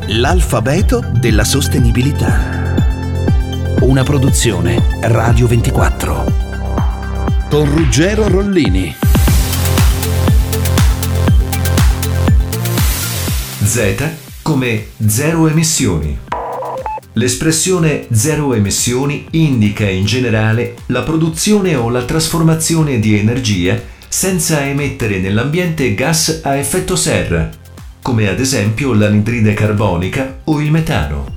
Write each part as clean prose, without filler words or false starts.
L'alfabeto della sostenibilità. Una produzione Radio 24 con Ruggero Rollini. Z come zero emissioni. L'espressione zero emissioni indica in generale la produzione o la trasformazione di energia senza emettere nell'ambiente gas a effetto serra, come ad esempio l'anidride carbonica o il metano.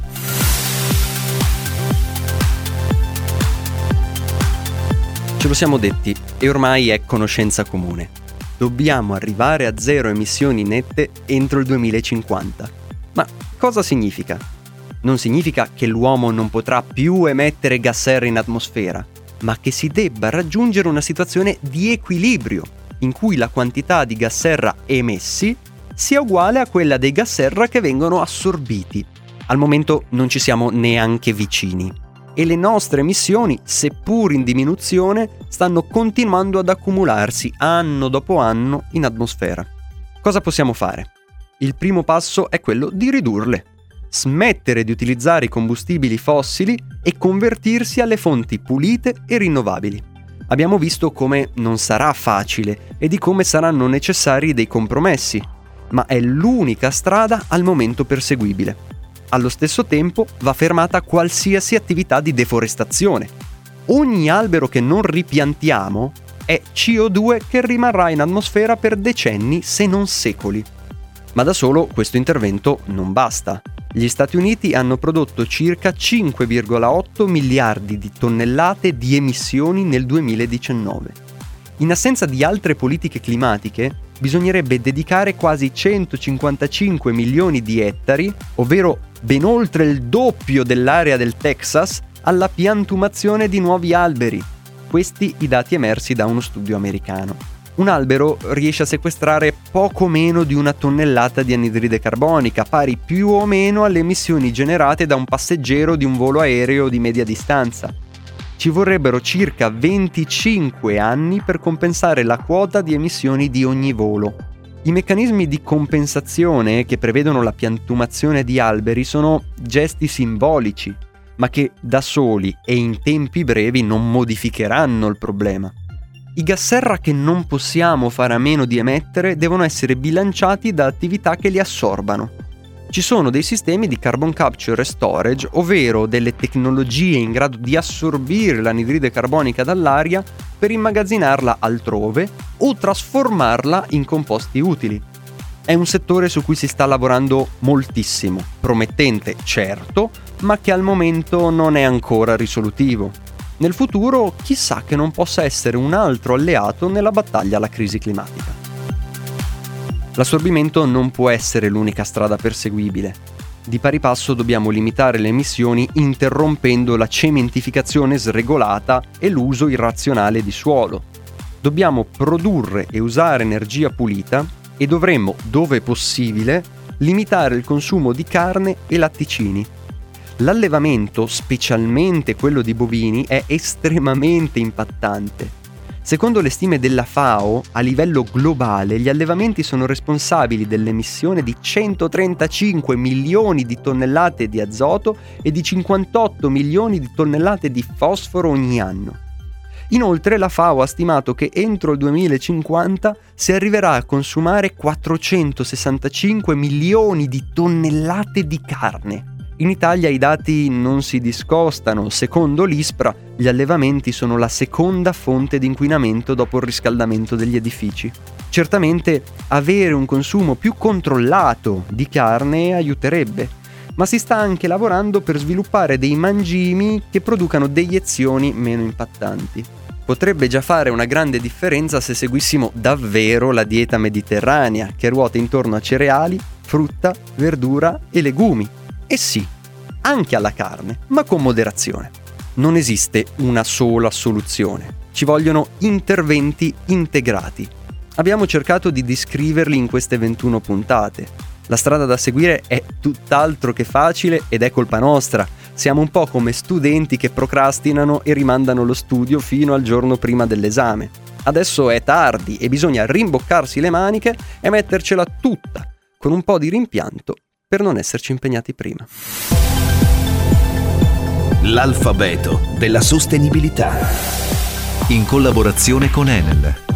Ce lo siamo detti e ormai è conoscenza comune. Dobbiamo arrivare a zero emissioni nette entro il 2050. Ma cosa significa? Non significa che l'uomo non potrà più emettere gas serra in atmosfera, ma che si debba raggiungere una situazione di equilibrio in cui la quantità di gas serra emessi sia uguale a quella dei gas serra che vengono assorbiti. Al momento non ci siamo neanche vicini e le nostre emissioni, seppur in diminuzione, stanno continuando ad accumularsi anno dopo anno in atmosfera. Cosa possiamo fare? Il primo passo è quello di ridurle. Smettere di utilizzare i combustibili fossili e convertirsi alle fonti pulite e rinnovabili. Abbiamo visto come non sarà facile e di come saranno necessari dei compromessi, ma è l'unica strada al momento perseguibile. Allo stesso tempo va fermata qualsiasi attività di deforestazione. Ogni albero che non ripiantiamo è CO2 che rimarrà in atmosfera per decenni se non secoli. Ma da solo questo intervento non basta. Gli Stati Uniti hanno prodotto circa 5,8 miliardi di tonnellate di emissioni nel 2019. In assenza di altre politiche climatiche, bisognerebbe dedicare quasi 155 milioni di ettari, ovvero ben oltre il doppio dell'area del Texas, alla piantumazione di nuovi alberi. Questi i dati emersi da uno studio americano. Un albero riesce a sequestrare poco meno di 1 tonnellata di anidride carbonica, pari più o meno alle emissioni generate da un passeggero di un volo aereo di media distanza. Ci vorrebbero circa 25 anni per compensare la quota di emissioni di ogni volo. I meccanismi di compensazione che prevedono la piantumazione di alberi sono gesti simbolici, ma che da soli e in tempi brevi non modificheranno il problema. I gas serra che non possiamo fare a meno di emettere devono essere bilanciati da attività che li assorbano. Ci sono dei sistemi di carbon capture e storage, ovvero delle tecnologie in grado di assorbire l'anidride carbonica dall'aria per immagazzinarla altrove o trasformarla in composti utili. È un settore su cui si sta lavorando moltissimo, promettente certo, ma che al momento non è ancora risolutivo. Nel futuro chissà che non possa essere un altro alleato nella battaglia alla crisi climatica. L'assorbimento non può essere l'unica strada perseguibile. Di pari passo dobbiamo limitare le emissioni interrompendo la cementificazione sregolata e l'uso irrazionale di suolo. Dobbiamo produrre e usare energia pulita e dovremmo, dove possibile, limitare il consumo di carne e latticini. L'allevamento, specialmente quello di bovini, è estremamente impattante. Secondo le stime della FAO, a livello globale gli allevamenti sono responsabili dell'emissione di 135 milioni di tonnellate di azoto e di 58 milioni di tonnellate di fosforo ogni anno. Inoltre la FAO ha stimato che entro il 2050 si arriverà a consumare 465 milioni di tonnellate di carne. In Italia i dati non si discostano. Secondo l'ISPRA, gli allevamenti sono la seconda fonte di inquinamento dopo il riscaldamento degli edifici. Certamente avere un consumo più controllato di carne aiuterebbe, ma si sta anche lavorando per sviluppare dei mangimi che producano deiezioni meno impattanti. Potrebbe già fare una grande differenza se seguissimo davvero la dieta mediterranea, che ruota intorno a cereali, frutta, verdura e legumi. E sì, anche alla carne, ma con moderazione. Non esiste una sola soluzione. Ci vogliono interventi integrati. Abbiamo cercato di descriverli in queste 21 puntate. La strada da seguire è tutt'altro che facile ed è colpa nostra. Siamo un po' come studenti che procrastinano e rimandano lo studio fino al giorno prima dell'esame. Adesso è tardi e bisogna rimboccarsi le maniche e mettercela tutta, con un po' di rimpianto, per non esserci impegnati prima. L'alfabeto della sostenibilità. In collaborazione con Enel.